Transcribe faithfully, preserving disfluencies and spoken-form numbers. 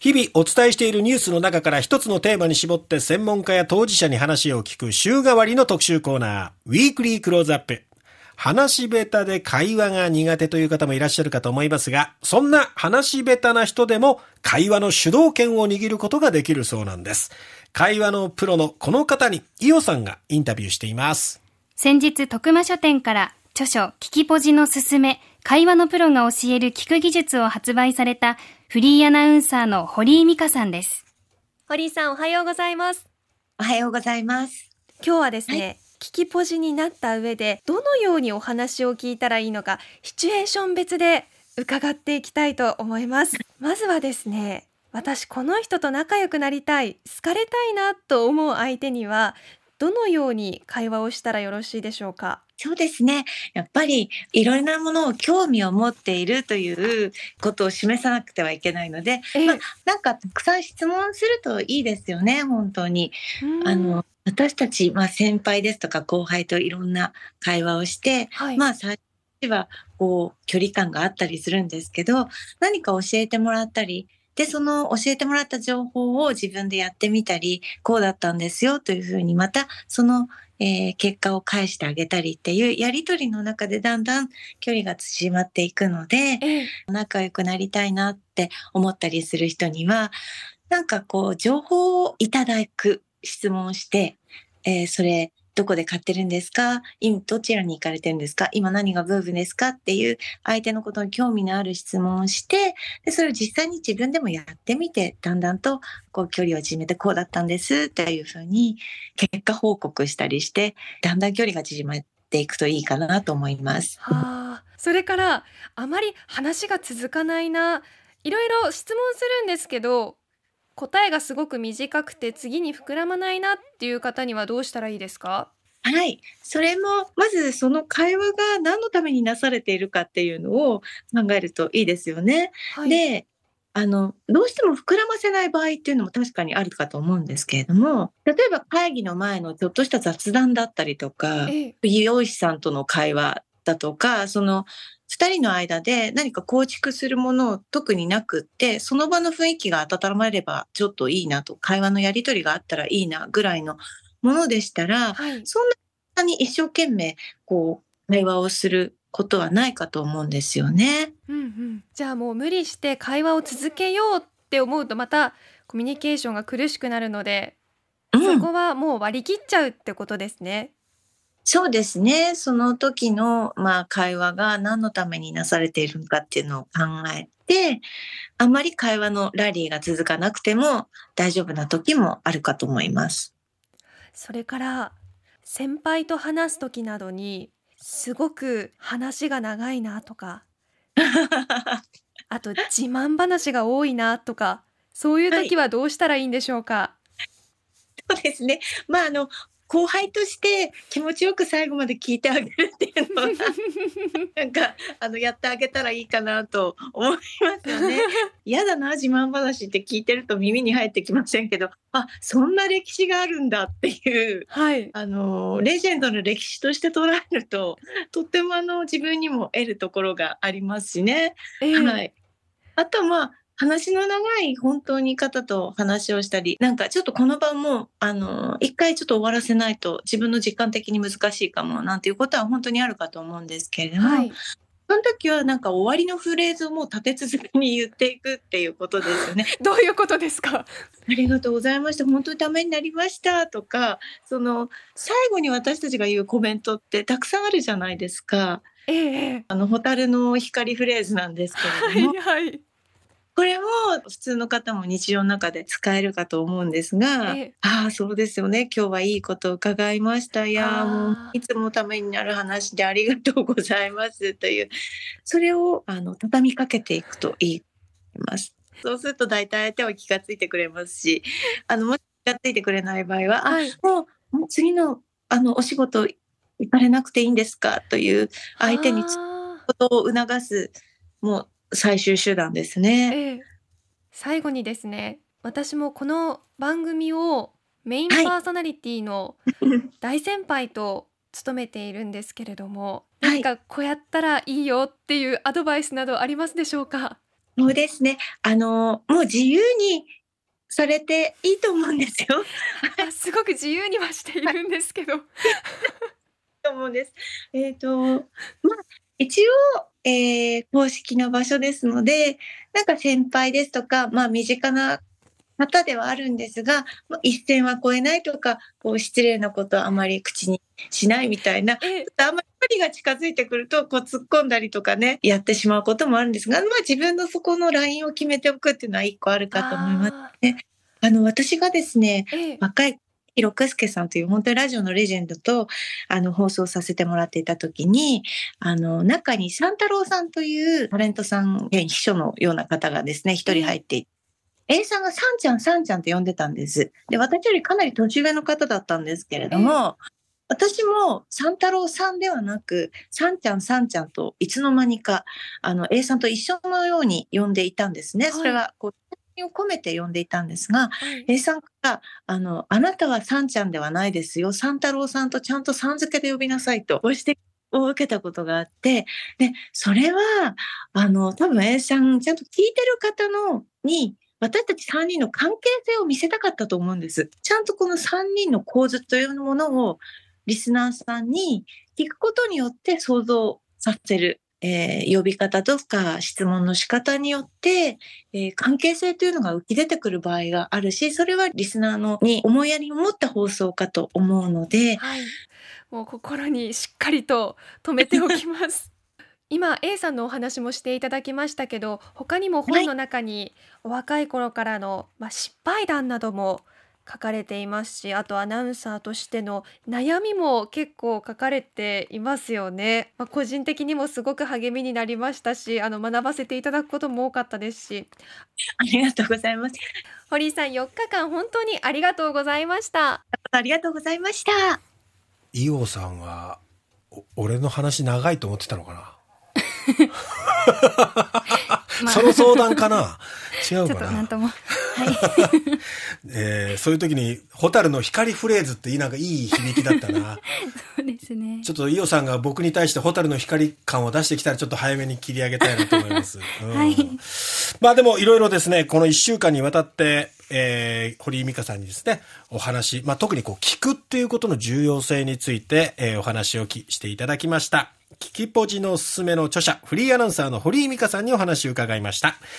日々お伝えしているニュースの中から一つのテーマに絞って専門家や当事者に話を聞く週替わりの特集コーナー、ウィークリークローズアップ。話し下手で会話が苦手という方もいらっしゃるかと思いますが、そんな話し下手な人でも会話の主導権を握ることができるそうなんです。会話のプロのこの方に伊代さんがインタビューしています。 先日徳間書店から著書聞きポジのすすめ、会話のプロが教える聞く技術を発売されたフリーアナウンサーの堀井美香さんです。 堀井さん、おはようございます。 おはようございます。 今日はですね、 はい、 聞きポジになった上でどのようにお話を聞いたらいいのか、シチュエーション別で伺っていきたいと思います。まずはですね、私この人と仲良くなりたい、好かれたいなと思う相手にはどのように会話をしたらよろしいでしょうか？ そうですね。やっぱりいろんなものを興味を持っているということを示さなくてはいけないので、 えまあ、なんかたくさん質問するといいですよね、本当に。あの私たち、まあ、先輩ですとか後輩といろんな会話をして、 はい、 まあ最初はこう距離感があったりするんですけど、何か教えてもらったりで、その教えてもらった情報を自分でやってみたり、こうだったんですよというふうに、またその、えー結果を返してあげたりっていうやりとりの中でだんだん距離が縮まっていくので、 ええ、 仲良くなりたいなって思ったりする人には、なんかこう情報をいただく質問をして、えーそれどこで買ってるんですか？今どちらに行かれてるんですか？今何がブームですか？っていう相手のことに興味のある質問をして、でそれを実際に自分でもやってみて、だんだんとこう距離を縮めてこうだったんですというふうに結果報告したりして、だんだん距離が縮まっていくといいかなと思います。 はあ、それからあまり話が続かないな、いろいろ質問するんですけど答えがすごく短くて次に膨らまないなっていう方にはどうしたらいいですか？ はい。それも、まずその会話が何のためになされているかっていうのを考えるといいですよね。 はい、 で、あの、どうしても膨らませない場合っていうのも確かにあるかと思うんですけれども、例えば会議の前のちょっとした雑談だったりとか、 ええ、 美容師さんとの会話だとか、その二人の間で何か構築するものを特になくって、その場の雰囲気が温まればちょっといいなと、会話のやり取りがあったらいいなぐらいのものでしたら、 はい、 そんなに一生懸命こう会話をすることはないかと思うんですよね。 うんうん、じゃあもう無理して会話を続けようって思うとまたコミュニケーションが苦しくなるので、そうん、 こはもう割り切っちゃうってことですね。 そうですね。その時の、まあ、会話が何のためになされているのかっていうのを考えて、あまり会話のラリーが続かなくても大丈夫な時もあるかと思います。 それから先輩と話す時などにすごく話が長いなとか、あと自慢話が多いなとか、そういうはい。 時はどうしたらいいんでしょうか？ そうですね。まあ、あの、後輩として気持ちよく最後まで聞いてあげるっていうのは、なんか、あの、やってあげたらいいかなと思いますよね。嫌だな、自慢話って聞いてると耳に入ってきませんけど、あ、そんな歴史があるんだっていう、 はい、 あの、レジェンドの歴史として捉えると、とってもあの、自分にも得るところがありますしね。 ええ、 はい。あと、まあ、話の長い本当に方と話をしたり、なんかちょっとこの場も、あの、一回ちょっと終わらせないと自分の時間的に難しいかもなんていうことは本当にあるかと思うんですけれども、 はい。 その時はなんか終わりのフレーズをもう立て続けに言っていくっていうことですよね。 どういうことですか？ ありがとうございました。本当にためになりましたとか、その最後に私たちが言うコメントってたくさんあるじゃないですか。 ええええ。 あの、蛍の光フレーズなんですけれどはいも、 はい。 これも普通の方も日常の中で使えるかと思うんですが、 ええ。 ああ、そうですよね。今日はいいことを伺いました。いや、もうああ、 いつもためになる話でありがとうございますという、それをあの畳みかけていくといいと思います。そうすると大体相手は気がついてくれますし、あの、もし気がついてくれない場合は、あ、 はい。 もう、もう次のあのお仕事行かれなくていいんですかという相手にああ、 ことを促す、もう最終手段ですね。 ええ。最後にですね、私もこの番組をメインはい。 パーソナリティの大先輩と務めているんですけれども、 はい。 何かこうやったらいいよっていうアドバイスなどありますでしょうか？ そうですね。あの、もう自由にされていいと思うんですよ。 あ、すごく自由にはしているんですけど。 と思うんです。えっ、と、まあ、一応、えー公式な場所ですので、なんか先輩ですとか、まあ、身近な方ではあるんですが、まあ、一線は越えないとか、こう失礼なことはあまり口にしないみたいな、ちょええ、 っとあんまり距離が近づいてくると、こう突っ込んだりとかね、やってしまうこともあるんですが、まあ、自分のそこのラインを決めておくっていうのは一個あるかと思いますあね。あの、私がですね、 ー、ええ、 若い六輔さんという本当にラジオのレジェンドとあの放送させてもらっていた時に、あの中に三太郎さんというタレントさん、秘書のような方がですね、一人入っていて、A さんがさんちゃんさんちゃんと呼んでたんです。で、私よりかなり年上の方だったんですけれども、私も三太郎さんではなく、さんちゃんさんちゃんといつの間にか、あの A さんと一緒のように呼んでいたんですね。 はいそれはこう、を込めて呼んでいたんですが、 はい。 A さんから、あの、あなたはさんちゃんではないですよ。三太郎さんとちゃんとさん付けで呼びなさいとご指摘を受けたことがあって、で、それは、あの、多分 A さん、ちゃんと聞いてる方の、に、私たちさんにんの関係性を見せたかったと思うんです。ちゃんとこのさんにんの構図というものを、リスナーさんに聞くことによって想像させる。えー呼び方とか質問の仕方によって、えー関係性というのが浮き出てくる場合があるし、それはリスナーのに思いやりを持った放送かと思うので、 はい。もう心にしっかりと留めておきます。今 A さんのお話もしていただきましたけど、他にもはい、 本の中にお若い頃からの、まあ、失敗談なども書かれていますし、あとアナウンサーとしての悩みも結構書かれていますよね。まあ、個人的にもすごく励みになりましたし、あの学ばせていただくことも多かったですし、 ありがとうございます。 堀井さんよっかかん本当にありがとうございました。 ありがとうございました。 伊尾さんは、お俺の話長いと思ってたのかなまあその相談かな違ちょっとうかな、 なんとも。はい。 えーそういう時に、ホタルの光フレーズっていいなんかいい響きだったな。 そうですね。 ちょっと伊尾さんが僕に対してホタルの光感を出してきたらちょっと早めに切り上げたいなと思います。うん、 はいまあでもいろいろですね、このいっしゅうかんにわたって、えー、堀井美香さんにですね、お話、まあ特にこう聞くっていうことの重要性について、えーお話をきしていただきました。聞きポジのおすすめの著者、フリーアナウンサーの堀井美香さんにお話を伺いました。